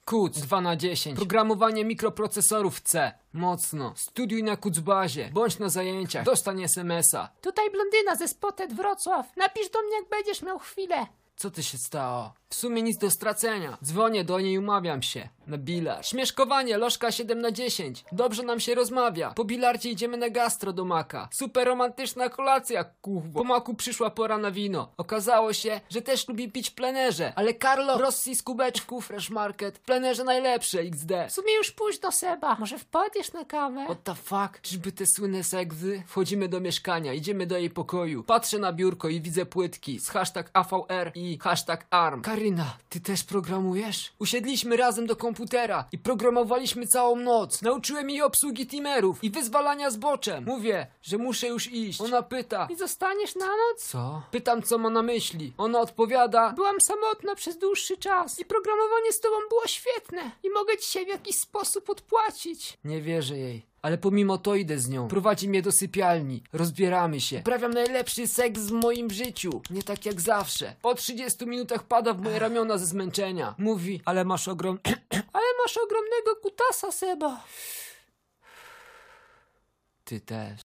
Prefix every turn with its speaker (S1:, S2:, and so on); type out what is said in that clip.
S1: Kuc 2/10. Programowanie mikroprocesorów C. Mocno. Studiuj na Kucbazie. Bądź na zajęciach. Dostań SMS-a.
S2: Tutaj blondyna ze Spotted Wrocław. Napisz do mnie, jak będziesz miał chwilę.
S1: Co ty się stało? W sumie nic do stracenia. Dzwonię do niej i umawiam się. Na bilar. Śmieszkowanie, lożka 7/10. Dobrze nam się rozmawia. Po bilardzie idziemy na gastro do Maka. Super romantyczna kolacja, kurwo. Po Maku przyszła pora na wino. Okazało się, że też lubi pić w plenerze. Ale Carlo Rossi z kubeczków, Fresh Market. W plenerze najlepsze, XD.
S2: W sumie już późno, Seba. Może wpadniesz na kawę?
S1: What the fuck? Czyżby te słynne segwy? Wchodzimy do mieszkania, idziemy do jej pokoju. Patrzę na biurko i widzę płytki z hashtag AVR i hashtag ARM. Karyna, ty też programujesz? Usiedliśmy razem do komputera i programowaliśmy całą noc. Nauczyłem jej obsługi timerów i wyzwalania zboczem. Mówię, że muszę już iść. Ona pyta:
S2: I zostaniesz na noc?
S1: co? Pytam, co ma na myśli. Ona odpowiada:
S2: Byłam samotna przez dłuższy czas i programowanie z tobą było świetne i mogę ci się w jakiś sposób odpłacić.
S1: nie wierzę jej. Ale pomimo to idę z nią. Prowadzi mnie do sypialni. Rozbieramy się. Uprawiam najlepszy seks w moim życiu. Nie tak jak zawsze. Po 30 minutach pada w moje ramiona ze zmęczenia. Mówi: ale masz
S2: Ale masz ogromnego kutasa, Seba.
S1: Ty też.